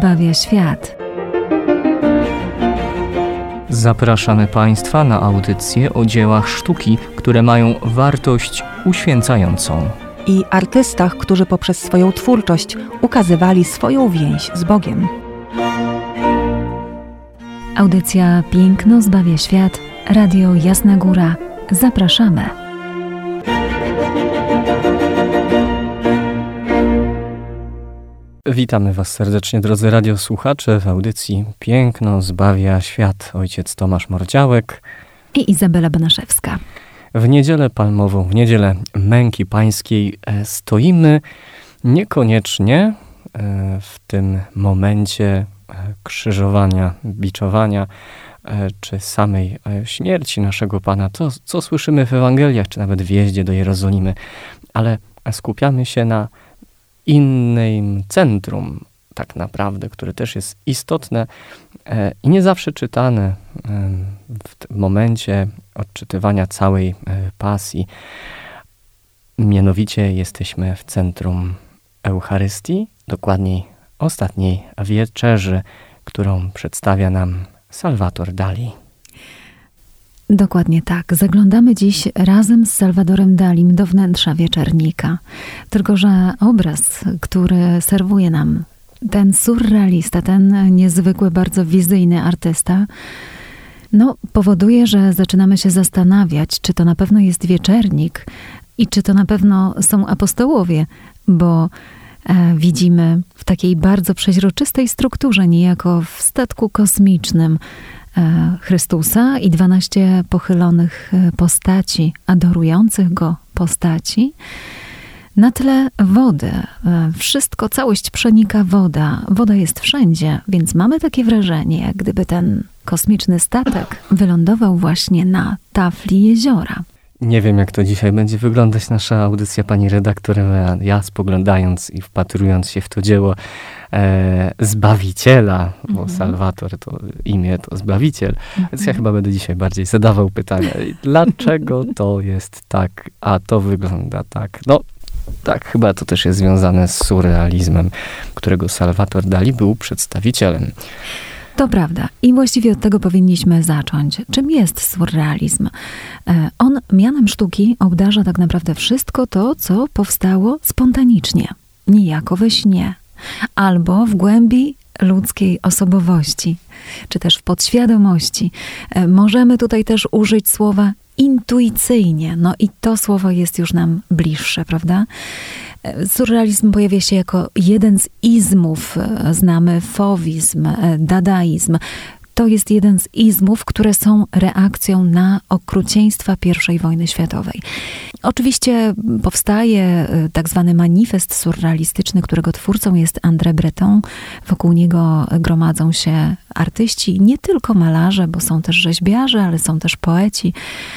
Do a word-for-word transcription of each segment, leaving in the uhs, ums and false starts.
zbawia świat. Zapraszamy Państwa na audycję o dziełach sztuki, które mają wartość uświęcającą. I artystach, którzy poprzez swoją twórczość ukazywali swoją więź z Bogiem. Audycja Piękno zbawia świat. Radio Jasna Góra. Zapraszamy. Witamy Was serdecznie, drodzy radiosłuchacze, w audycji Piękno zbawia świat. Ojciec Tomasz Mordziałek i Izabela Banaszewska. W niedzielę palmową, w niedzielę męki pańskiej stoimy niekoniecznie w tym momencie krzyżowania, biczowania czy samej śmierci naszego Pana, to co słyszymy w Ewangeliach, czy nawet w wjeździe do Jerozolimy, ale skupiamy się na innym centrum, tak naprawdę, które też jest istotne e, i nie zawsze czytane e, w momencie odczytywania całej e, pasji. Mianowicie jesteśmy w centrum Eucharystii, dokładniej ostatniej wieczerzy, którą przedstawia nam Salvator Dali. Dokładnie tak. Zaglądamy dziś razem z Salvadorem Dalim do wnętrza wieczernika. Tylko że obraz, który serwuje nam ten surrealista, ten niezwykły, bardzo wizyjny artysta, no, powoduje, że zaczynamy się zastanawiać, czy to na pewno jest wieczernik i czy to na pewno są apostołowie, bo e, widzimy w takiej bardzo przeźroczystej strukturze, niejako w statku kosmicznym, Chrystusa i dwanaście pochylonych postaci, adorujących Go postaci. Na tle wody. Wszystko, całość przenika woda. Woda jest wszędzie, więc mamy takie wrażenie, jak gdyby ten kosmiczny statek wylądował właśnie na tafli jeziora. Nie wiem, jak to dzisiaj będzie wyglądać nasza audycja, pani redaktor. Ja spoglądając i wpatrując się w to dzieło e, Zbawiciela, bo mm-hmm. Salvator to imię, to Zbawiciel, mm-hmm. więc ja chyba będę dzisiaj bardziej zadawał pytania, dlaczego to jest tak, a to wygląda tak. No, tak, chyba to też jest związane z surrealizmem, którego Salvator Dali był przedstawicielem. To prawda. I właściwie od tego powinniśmy zacząć. Czym jest surrealizm? On mianem sztuki obdarza tak naprawdę wszystko to, co powstało spontanicznie, niejako we śnie, albo w głębi ludzkiej osobowości, czy też w podświadomości. Możemy tutaj też użyć słowa intuicyjnie. No i to słowo jest już nam bliższe, prawda? Surrealizm pojawia się jako jeden z izmów. Znamy fowizm, dadaizm. To jest jeden z izmów, które są reakcją na okrucieństwa pierwszej wojny światowej. Oczywiście powstaje tak zwany manifest surrealistyczny, którego twórcą jest André Breton. Wokół niego gromadzą się artyści, nie tylko malarze, bo są też rzeźbiarze, ale są też poeci,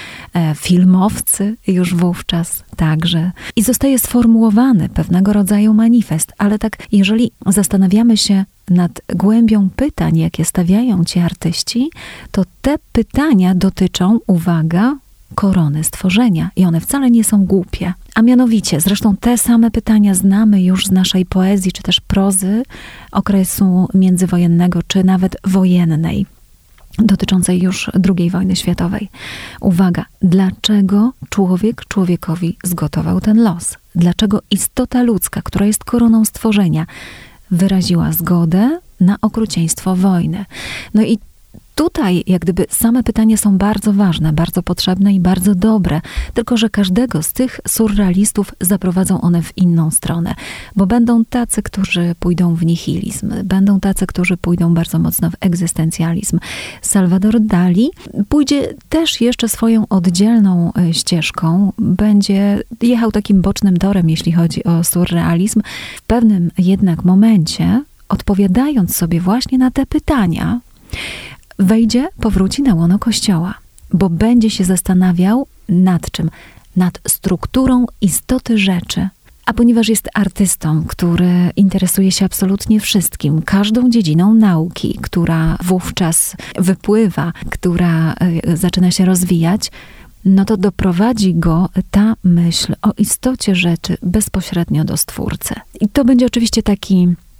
filmowcy już wówczas także. I zostaje sformułowany pewnego rodzaju manifest, ale tak, jeżeli zastanawiamy się nad głębią pytań, jakie stawiają ci artyści, to te pytania dotyczą, uwaga, korony stworzenia. I one wcale nie są głupie. A mianowicie, zresztą te same pytania znamy już z naszej poezji, czy też prozy okresu międzywojennego, czy nawet wojennej, dotyczącej już drugiej wojny światowej. Uwaga, dlaczego człowiek człowiekowi zgotował ten los? Dlaczego istota ludzka, która jest koroną stworzenia, wyraziła zgodę na okrucieństwo wojny? No i tutaj jak gdyby same pytania są bardzo ważne, bardzo potrzebne i bardzo dobre, tylko że każdego z tych surrealistów zaprowadzą one w inną stronę, bo będą tacy, którzy pójdą w nihilizm, będą tacy, którzy pójdą bardzo mocno w egzystencjalizm. Salvador Dali pójdzie też jeszcze swoją oddzielną ścieżką, będzie jechał takim bocznym torem, jeśli chodzi o surrealizm. W pewnym jednak momencie, odpowiadając sobie właśnie na te pytania, wejdzie, powróci na łono Kościoła, bo będzie się zastanawiał nad czym? Nad strukturą istoty rzeczy. A ponieważ jest artystą, który interesuje się absolutnie wszystkim, każdą dziedziną nauki, która wówczas wypływa, która zaczyna się rozwijać, no to doprowadzi go ta myśl o istocie rzeczy bezpośrednio do Stwórcy. I to będzie oczywiście taki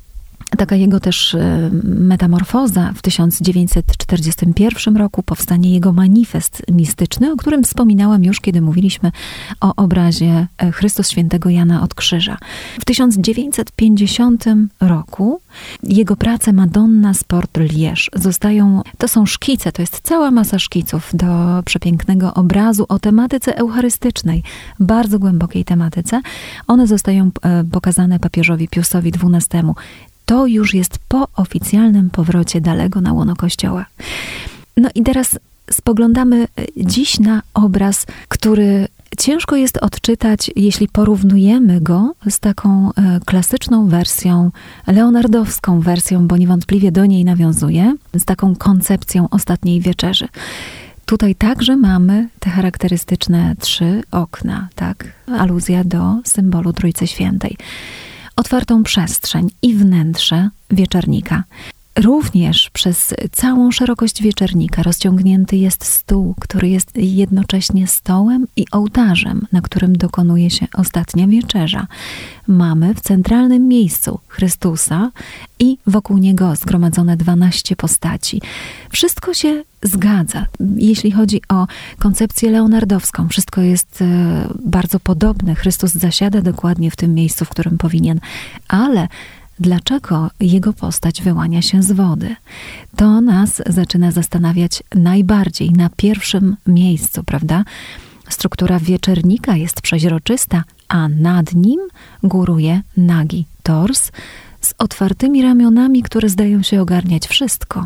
Taka jego też metamorfoza w tysiąc dziewięćset czterdziestym pierwszym roku, powstanie jego manifest mistyczny, o którym wspominałam już, kiedy mówiliśmy o obrazie Chrystus świętego Jana od krzyża. W tysiąc dziewięćset pięćdziesiątym roku jego prace Madonna z Port Liège zostają, to są szkice, to jest cała masa szkiców do przepięknego obrazu o tematyce eucharystycznej, bardzo głębokiej tematyce. One zostają pokazane papieżowi Piusowi dwunastemu. To już jest po oficjalnym powrocie Dalego na łono Kościoła. No i teraz spoglądamy dziś na obraz, który ciężko jest odczytać, jeśli porównujemy go z taką klasyczną wersją, leonardowską wersją, bo niewątpliwie do niej nawiązuje, z taką koncepcją Ostatniej Wieczerzy. Tutaj także mamy te charakterystyczne trzy okna, tak? Aluzja do symbolu Trójcy Świętej. Otwartą przestrzeń i wnętrze wieczernika. Również przez całą szerokość wieczernika rozciągnięty jest stół, który jest jednocześnie stołem i ołtarzem, na którym dokonuje się ostatnia wieczerza. Mamy w centralnym miejscu Chrystusa i wokół niego zgromadzone dwanaście postaci. Wszystko się zgadza. Jeśli chodzi o koncepcję leonardowską, wszystko jest bardzo podobne. Chrystus zasiada dokładnie w tym miejscu, w którym powinien. Ale dlaczego jego postać wyłania się z wody? To nas zaczyna zastanawiać najbardziej na pierwszym miejscu, prawda? Struktura wieczernika jest przeźroczysta, a nad nim góruje nagi tors z otwartymi ramionami, które zdają się ogarniać wszystko.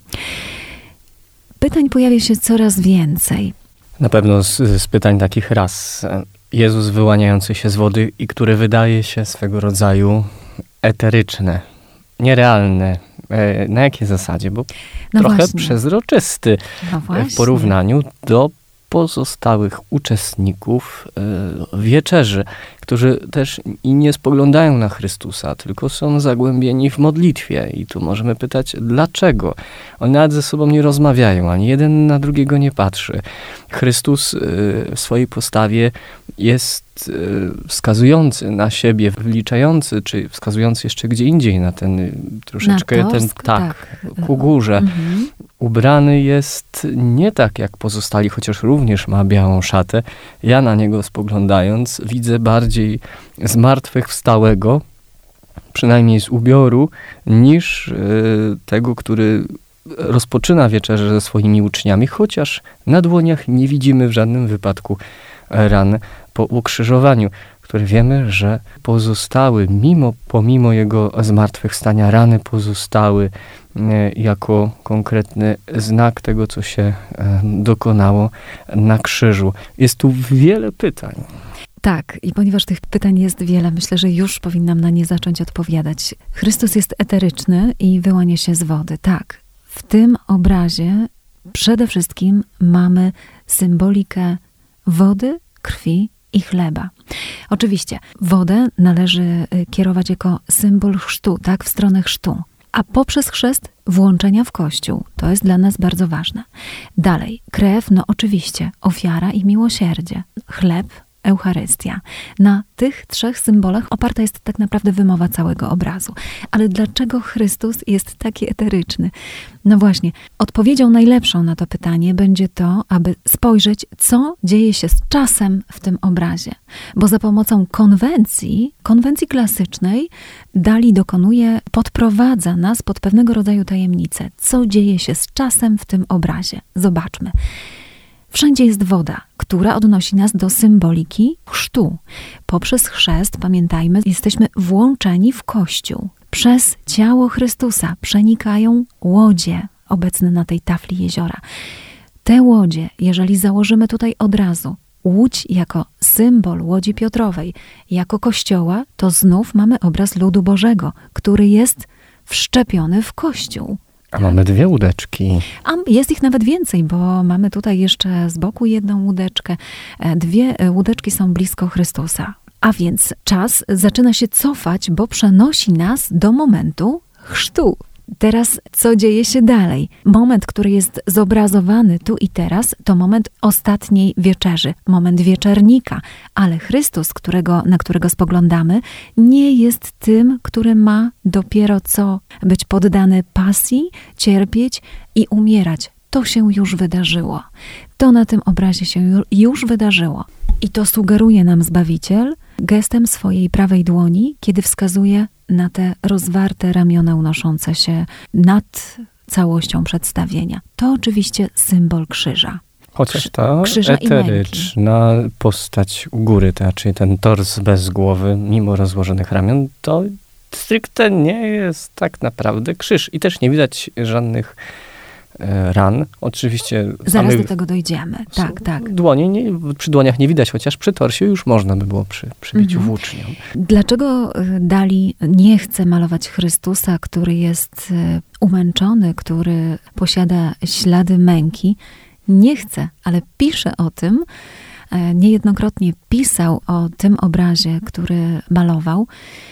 Pytań pojawia się coraz więcej. Na pewno z, z pytań takich raz. Jezus wyłaniający się z wody i który wydaje się swego rodzaju eteryczne, nierealne. Na jakiej zasadzie? Bo no trochę właśnie. przezroczysty no w porównaniu do pozostałych uczestników y, wieczerzy, którzy też i nie spoglądają na Chrystusa, tylko są zagłębieni w modlitwie. I tu możemy pytać, dlaczego? Oni nawet ze sobą nie rozmawiają, ani jeden na drugiego nie patrzy. Chrystus y, w swojej postawie jest y, wskazujący na siebie, wliczający, czy wskazujący jeszcze gdzie indziej na ten y, troszeczkę na ten tak, tak ku górze. Mhm. Ubrany jest nie tak jak pozostali, chociaż również ma białą szatę. Ja na niego spoglądając widzę bardziej zmartwychwstałego, przynajmniej z ubioru, niż y, tego, który rozpoczyna wieczerzę ze swoimi uczniami, chociaż na dłoniach nie widzimy w żadnym wypadku ran po ukrzyżowaniu, które wiemy, że pozostały, mimo, pomimo jego zmartwychwstania, rany pozostały jako konkretny znak tego, co się dokonało na krzyżu. Jest tu wiele pytań. Tak, i ponieważ tych pytań jest wiele, myślę, że już powinnam na nie zacząć odpowiadać. Chrystus jest eteryczny i wyłania się z wody. Tak, w tym obrazie przede wszystkim mamy symbolikę wody, krwi i chleba. Oczywiście wodę należy kierować jako symbol chrztu, tak, w stronę chrztu. A poprzez chrzest włączenia w Kościół. To jest dla nas bardzo ważne. Dalej, krew, no oczywiście, ofiara i miłosierdzie. Chleb, Eucharystia. Na tych trzech symbolach oparta jest tak naprawdę wymowa całego obrazu. Ale dlaczego Chrystus jest taki eteryczny? No właśnie, odpowiedzią najlepszą na to pytanie będzie to, aby spojrzeć, co dzieje się z czasem w tym obrazie. Bo za pomocą konwencji, konwencji klasycznej, Dali dokonuje, podprowadza nas pod pewnego rodzaju tajemnicę. Co dzieje się z czasem w tym obrazie? Zobaczmy. Wszędzie jest woda, która odnosi nas do symboliki chrztu. Poprzez chrzest, pamiętajmy, jesteśmy włączeni w Kościół. Przez ciało Chrystusa przenikają łodzie obecne na tej tafli jeziora. Te łodzie, jeżeli założymy tutaj od razu łódź jako symbol Łodzi Piotrowej, jako Kościoła, to znów mamy obraz ludu Bożego, który jest wszczepiony w Kościół. A mamy dwie łódeczki. A jest ich nawet więcej, bo mamy tutaj jeszcze z boku jedną łódeczkę. Dwie łódeczki są blisko Chrystusa. A więc czas zaczyna się cofać, bo przenosi nas do momentu chrztu. Teraz co dzieje się dalej? Moment, który jest zobrazowany tu i teraz, to moment ostatniej wieczerzy, moment wieczernika, ale Chrystus, którego, na którego spoglądamy, nie jest tym, który ma dopiero co być poddany pasji, cierpieć i umierać. To się już wydarzyło. To na tym obrazie się już wydarzyło. I to sugeruje nam Zbawiciel gestem swojej prawej dłoni, kiedy wskazuje na te rozwarte ramiona unoszące się nad całością przedstawienia. To oczywiście symbol krzyża. Chociaż ta krzyża eteryczna postać u góry, ta, czyli ten tors bez głowy, mimo rozłożonych ramion, to stricte nie jest tak naprawdę krzyż. I też nie widać żadnych ran. Oczywiście zaraz samych, do tego dojdziemy. Tak, tak. Dłonie nie, przy dłoniach nie widać, chociaż przy torsie już można by było przy, przybić Mhm. włócznią. Dlaczego Dali nie chce malować Chrystusa, który jest umęczony, który posiada ślady męki? Nie chce, ale pisze o tym. Niejednokrotnie pisał o tym obrazie, który malował,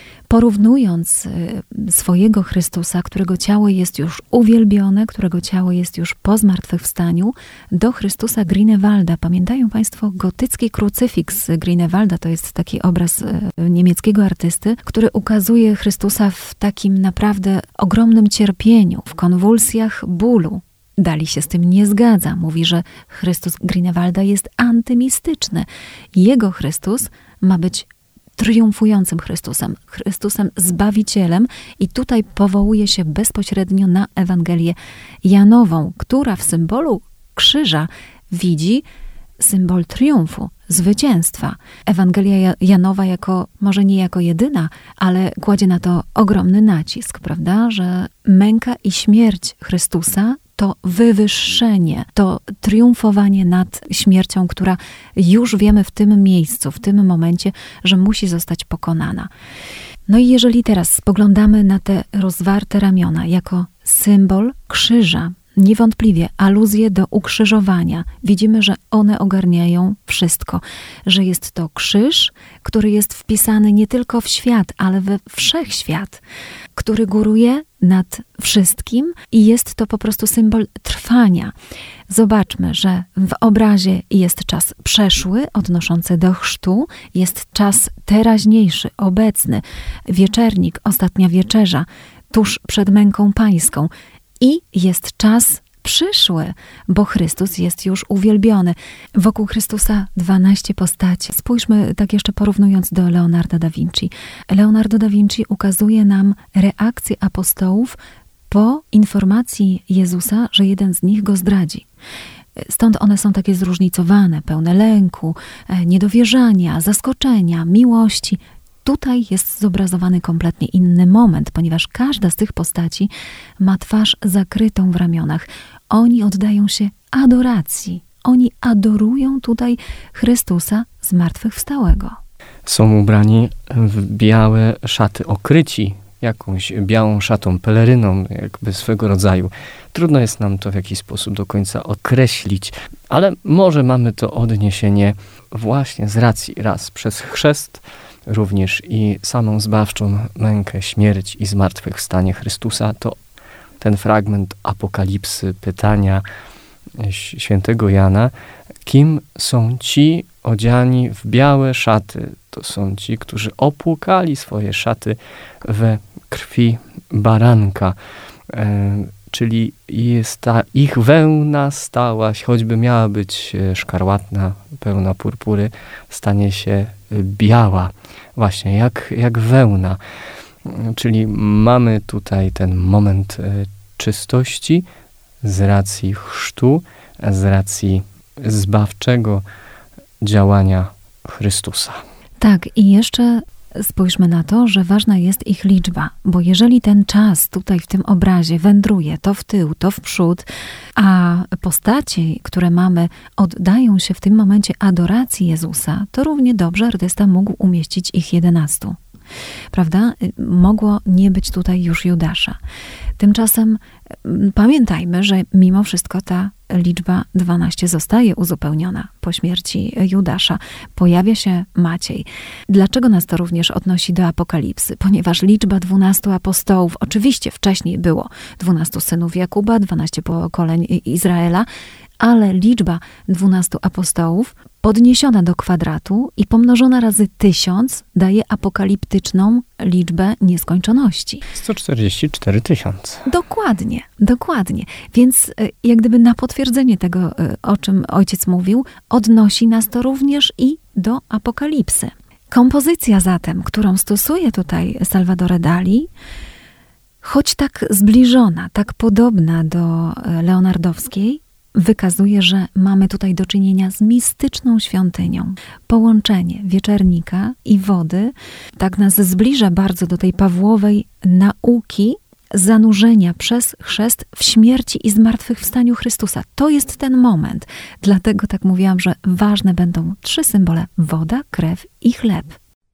porównując swojego Chrystusa, którego ciało jest już uwielbione, którego ciało jest już po zmartwychwstaniu, do Chrystusa Grünewalda. Pamiętają Państwo gotycki krucyfiks Grünewalda? To jest taki obraz niemieckiego artysty, który ukazuje Chrystusa w takim naprawdę ogromnym cierpieniu, w konwulsjach bólu. Dali się z tym nie zgadza. Mówi, że Chrystus Grünewalda jest antymistyczny. Jego Chrystus ma być triumfującym Chrystusem, Chrystusem Zbawicielem i tutaj powołuje się bezpośrednio na Ewangelię Janową, która w symbolu krzyża widzi symbol triumfu, zwycięstwa. Ewangelia Janowa jako, może nie jako jedyna, ale kładzie na to ogromny nacisk, prawda, że męka i śmierć Chrystusa to wywyższenie, to triumfowanie nad śmiercią, która już wiemy w tym miejscu, w tym momencie, że musi zostać pokonana. No i jeżeli teraz spoglądamy na te rozwarte ramiona jako symbol krzyża, niewątpliwie aluzje do ukrzyżowania. Widzimy, że one ogarniają wszystko, że jest to krzyż, który jest wpisany nie tylko w świat, ale we wszechświat, który góruje nad wszystkim i jest to po prostu symbol trwania. Zobaczmy, że w obrazie jest czas przeszły, odnoszący do chrztu, jest czas teraźniejszy, obecny, wieczernik, ostatnia wieczerza, tuż przed męką pańską. I jest czas przyszły, bo Chrystus jest już uwielbiony. Wokół Chrystusa dwanaście postaci. Spójrzmy tak jeszcze porównując do Leonarda da Vinci. Leonardo da Vinci ukazuje nam reakcję apostołów po informacji Jezusa, że jeden z nich go zdradzi. Stąd one są takie zróżnicowane, pełne lęku, niedowierzania, zaskoczenia, miłości. Tutaj jest zobrazowany kompletnie inny moment, ponieważ każda z tych postaci ma twarz zakrytą w ramionach. Oni oddają się adoracji. Oni adorują tutaj Chrystusa zmartwychwstałego. Są ubrani w białe szaty, okryci jakąś białą szatą, peleryną jakby swego rodzaju. Trudno jest nam to w jakiś sposób do końca określić, ale może mamy to odniesienie właśnie z racji raz przez chrzest, również i samą zbawczą mękę, śmierć i zmartwychwstanie Chrystusa, to ten fragment Apokalipsy, pytania świętego Jana, kim są ci odziani w białe szaty? To są ci, którzy opłukali swoje szaty we krwi baranka, e, czyli jest ta ich wełna stała, choćby miała być szkarłatna, pełna purpury, stanie się biała, właśnie jak, jak wełna. Czyli mamy tutaj ten moment czystości z racji chrztu, z racji zbawczego działania Chrystusa. Tak, i jeszcze spójrzmy na to, że ważna jest ich liczba, bo jeżeli ten czas tutaj w tym obrazie wędruje to w tył, to w przód, a postaci, które mamy, oddają się w tym momencie adoracji Jezusa, to równie dobrze artysta mógł umieścić ich jedenastu. prawda? Mogło nie być tutaj już Judasza. Tymczasem pamiętajmy, że mimo wszystko ta liczba dwanaście zostaje uzupełniona po śmierci Judasza. Pojawia się Maciej. Dlaczego nas to również odnosi do Apokalipsy? Ponieważ liczba dwunastu apostołów, oczywiście wcześniej było dwunastu synów Jakuba, dwanaście pokoleń Izraela, ale liczba dwunastu apostołów podniesiona do kwadratu i pomnożona razy tysiąc daje apokaliptyczną liczbę nieskończoności. sto czterdzieści cztery tysiące. Dokładnie, dokładnie. Więc jak gdyby na potwierdzenie tego, o czym ojciec mówił, odnosi nas to również i do Apokalipsy. Kompozycja zatem, którą stosuje tutaj Salvadore Dali, choć tak zbliżona, tak podobna do leonardowskiej, wykazuje, że mamy tutaj do czynienia z mistyczną świątynią. Połączenie wieczernika i wody tak nas zbliża bardzo do tej Pawłowej nauki zanurzenia przez chrzest w śmierci i zmartwychwstaniu Chrystusa. To jest ten moment. Dlatego tak mówiłam, że ważne będą trzy symbole: woda, krew i chleb.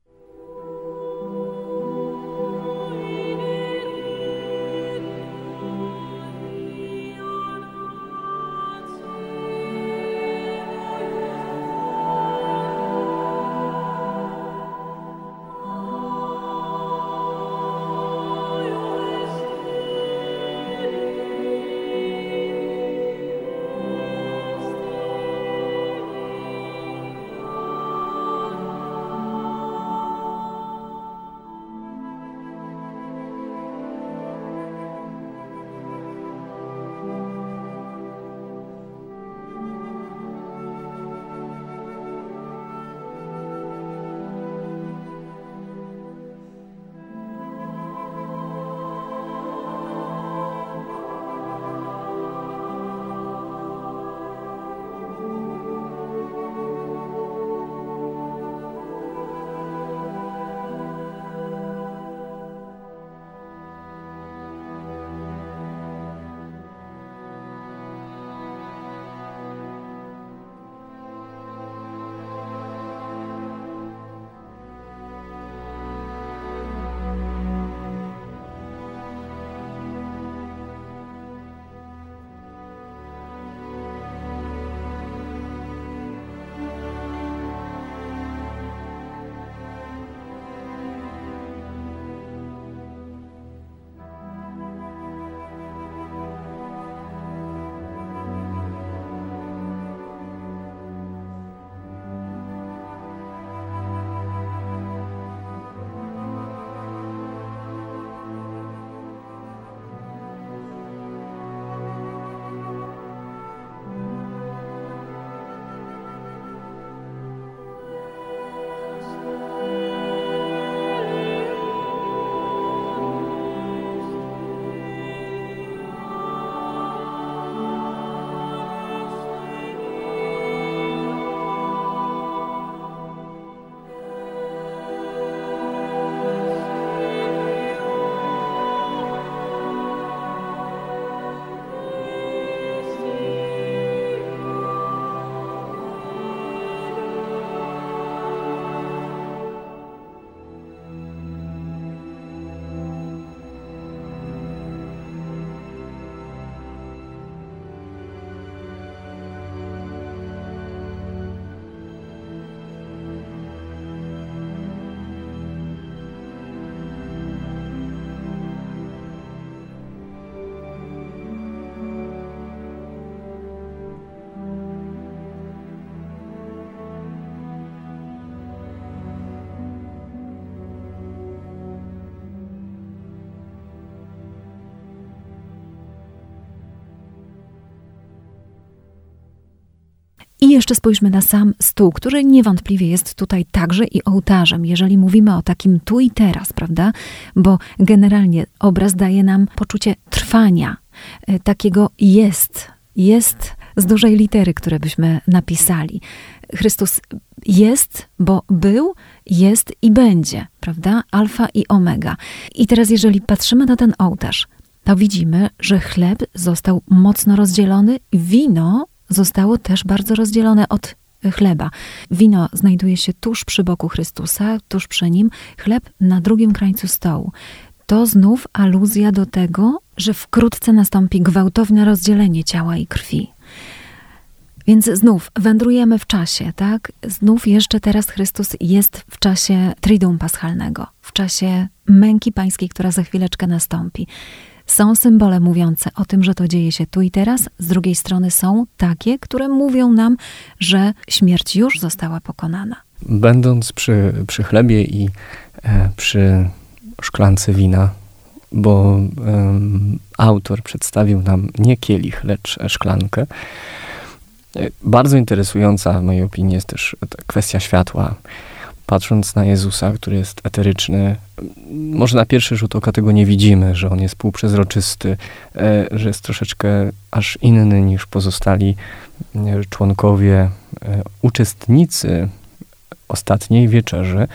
I jeszcze spójrzmy na sam stół, który niewątpliwie jest tutaj także i ołtarzem, jeżeli mówimy o takim tu i teraz, prawda? Bo generalnie obraz daje nam poczucie trwania, takiego jest, jest z dużej litery, które byśmy napisali. Chrystus jest, bo był, jest i będzie, prawda? Alfa i omega. I teraz jeżeli patrzymy na ten ołtarz, to widzimy, że chleb został mocno rozdzielony, wino zostało też bardzo rozdzielone od chleba. Wino znajduje się tuż przy boku Chrystusa, tuż przy nim, chleb na drugim krańcu stołu. To znów aluzja do tego, że wkrótce nastąpi gwałtowne rozdzielenie ciała i krwi. Więc znów wędrujemy w czasie, tak? Znów jeszcze teraz Chrystus jest w czasie Triduum Paschalnego, w czasie męki pańskiej, która za chwileczkę nastąpi. Są symbole mówiące o tym, że to dzieje się tu i teraz. Z drugiej strony są takie, które mówią nam, że śmierć już została pokonana. Będąc przy, przy chlebie i e, przy szklance wina, bo e, autor przedstawił nam nie kielich, lecz szklankę. E, bardzo interesująca w mojej opinii jest też ta kwestia światła. Patrząc na Jezusa, który jest eteryczny, może na pierwszy rzut oka tego nie widzimy, że on jest półprzezroczysty, że jest troszeczkę aż inny niż pozostali członkowie, uczestnicy ostatniej wieczerzy.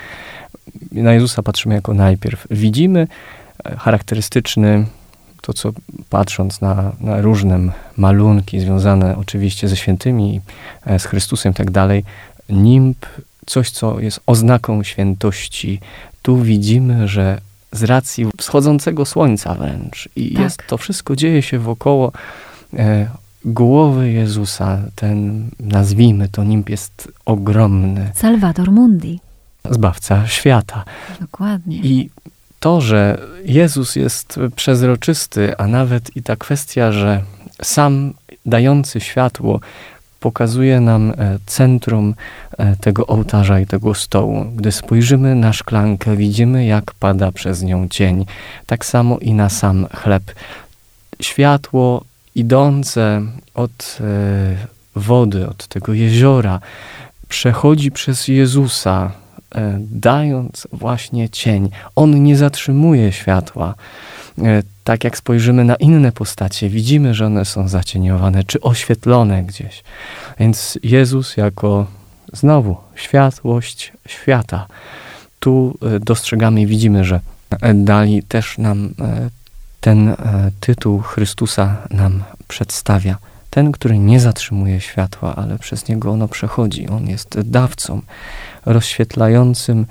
Na Jezusa patrzymy jako najpierw. Widzimy charakterystyczny, to co patrząc na, na różne malunki związane oczywiście ze świętymi, z Chrystusem i tak dalej, nimb, coś, co jest oznaką świętości. Tu widzimy, że z racji wschodzącego słońca wręcz i tak. jest, to wszystko dzieje się wokoło e, głowy Jezusa. Ten, nazwijmy to, nimb jest ogromny. Salvator Mundi. Zbawca świata. Dokładnie. I to, że Jezus jest przezroczysty, a nawet i ta kwestia, że sam dający światło pokazuje nam centrum tego ołtarza i tego stołu. Gdy spojrzymy na szklankę, widzimy, jak pada przez nią cień. Tak samo i na sam chleb. Światło idące od wody, od tego jeziora, przechodzi przez Jezusa, dając właśnie cień. On nie zatrzymuje światła. Tak jak spojrzymy na inne postacie, widzimy, że one są zacieniowane czy oświetlone gdzieś. Więc Jezus jako znowu światłość świata. Tu dostrzegamy i widzimy, że Dali też nam ten tytuł Chrystusa nam przedstawia. Ten, który nie zatrzymuje światła, ale przez niego ono przechodzi. On jest dawcą rozświetlającym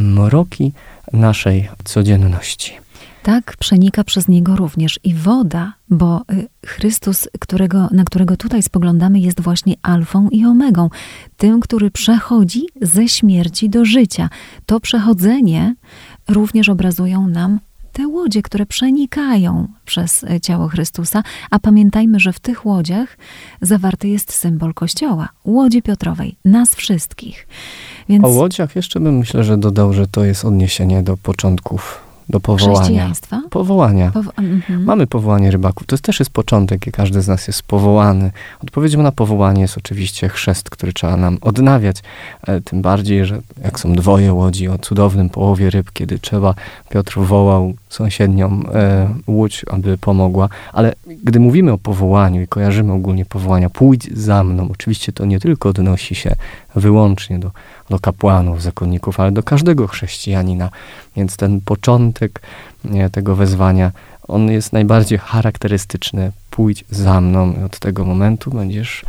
mroki naszej codzienności. Tak, przenika przez niego również i woda, bo Chrystus, którego, na którego tutaj spoglądamy, jest właśnie alfą i omegą. Tym, który przechodzi ze śmierci do życia. To przechodzenie również obrazują nam te łodzie, które przenikają przez ciało Chrystusa, a pamiętajmy, że w tych łodziach zawarty jest symbol Kościoła, Łodzi Piotrowej, nas wszystkich. Więc... O łodziach jeszcze bym myślę, że dodał, że to jest odniesienie do początków, do powołania. Chrześcijaństwa? Powołania. Powo- mhm. Mamy powołanie rybaków. To jest też jest początek i każdy z nas jest powołany. Odpowiedzią na powołanie jest oczywiście chrzest, który trzeba nam odnawiać. E, tym bardziej, że jak są dwoje łodzi o cudownym połowie ryb, kiedy trzeba, Piotr wołał sąsiednią e, łódź, aby pomogła. Ale gdy mówimy o powołaniu i kojarzymy ogólnie powołania, pójdź za mną. Oczywiście to nie tylko odnosi się wyłącznie do, do kapłanów, zakonników, ale do każdego chrześcijanina. Więc ten początek nie, tego wezwania, on jest najbardziej charakterystyczny. Pójdź za mną i od tego momentu będziesz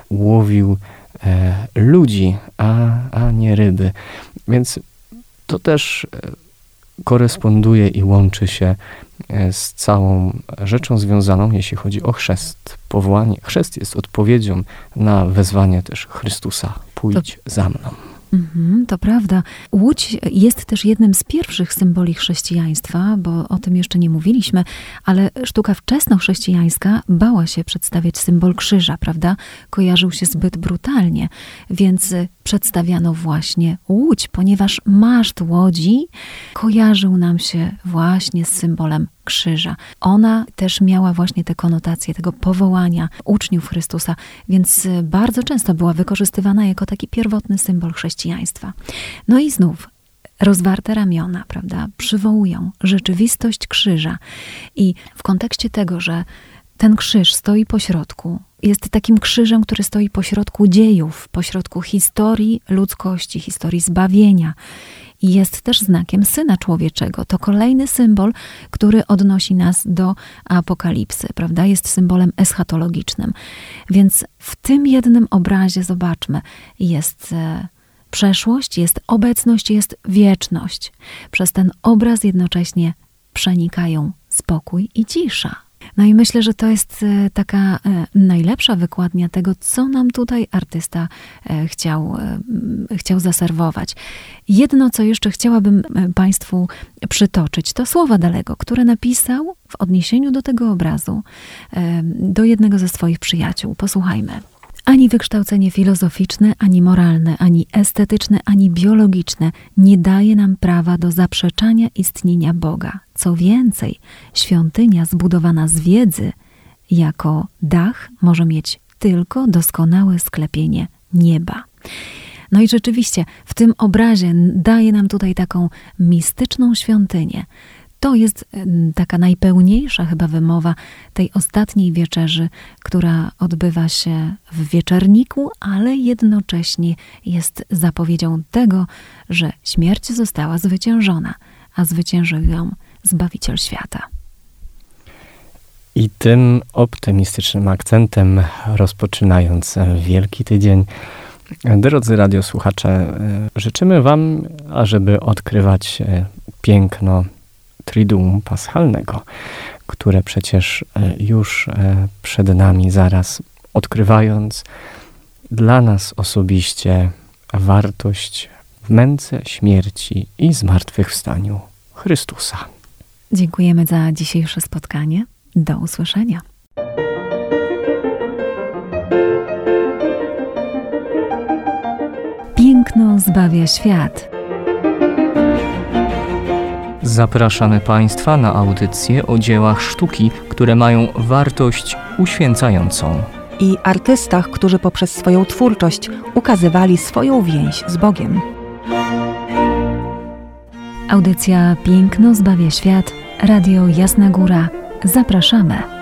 łowił e, ludzi, a, a nie ryby. Więc to też e, koresponduje i łączy się e, z całą rzeczą związaną, jeśli chodzi o chrzest. Powołanie. Chrzest jest odpowiedzią na wezwanie też Chrystusa. Pójdź to... za mną. Mhm, to prawda. Łódź jest też jednym z pierwszych symboli chrześcijaństwa, bo o tym jeszcze nie mówiliśmy, ale sztuka wczesnochrześcijańska bała się przedstawiać symbol krzyża, prawda? Kojarzył się zbyt brutalnie, więc przedstawiano właśnie łódź, ponieważ maszt łodzi kojarzył nam się właśnie z symbolem krzyża. Ona też miała właśnie te konotacje tego powołania uczniów Chrystusa, więc bardzo często była wykorzystywana jako taki pierwotny symbol chrześcijaństwa. No i znów rozwarte ramiona, prawda, przywołują rzeczywistość krzyża. I w kontekście tego, że ten krzyż stoi pośrodku, jest takim krzyżem, który stoi pośrodku dziejów, pośrodku historii ludzkości, historii zbawienia. i jest też znakiem Syna Człowieczego. To kolejny symbol, który odnosi nas do apokalipsy, prawda? Jest symbolem eschatologicznym. Więc w tym jednym obrazie, zobaczmy, jest e, przeszłość, jest obecność, jest wieczność. Przez ten obraz jednocześnie przenikają spokój i cisza. No i myślę, że to jest taka najlepsza wykładnia tego, co nam tutaj artysta chciał, chciał zaserwować. Jedno, co jeszcze chciałabym Państwu przytoczyć, to słowa Dalego, które napisał w odniesieniu do tego obrazu do jednego ze swoich przyjaciół. Posłuchajmy. Ani wykształcenie filozoficzne, ani moralne, ani estetyczne, ani biologiczne nie daje nam prawa do zaprzeczania istnienia Boga. Co więcej, świątynia zbudowana z wiedzy jako dach może mieć tylko doskonałe sklepienie nieba. No i rzeczywiście w tym obrazie daje nam tutaj taką mistyczną świątynię. To jest taka najpełniejsza chyba wymowa tej ostatniej wieczerzy, która odbywa się w Wieczerniku, ale jednocześnie jest zapowiedzią tego, że śmierć została zwyciężona, a zwyciężył ją Zbawiciel świata. I tym optymistycznym akcentem, rozpoczynając Wielki Tydzień, drodzy radiosłuchacze, życzymy Wam, ażeby odkrywać piękno Triduum Paschalnego, które przecież już przed nami zaraz, odkrywając dla nas osobiście wartość w męce, śmierci i zmartwychwstaniu Chrystusa. Dziękujemy za dzisiejsze spotkanie. Do usłyszenia. Piękno zbawia świat. Zapraszamy Państwa na audycje o dziełach sztuki, które mają wartość uświęcającą. I artystach, którzy poprzez swoją twórczość ukazywali swoją więź z Bogiem. Audycja Piękno zbawia świat. Radio Jasna Góra. Zapraszamy.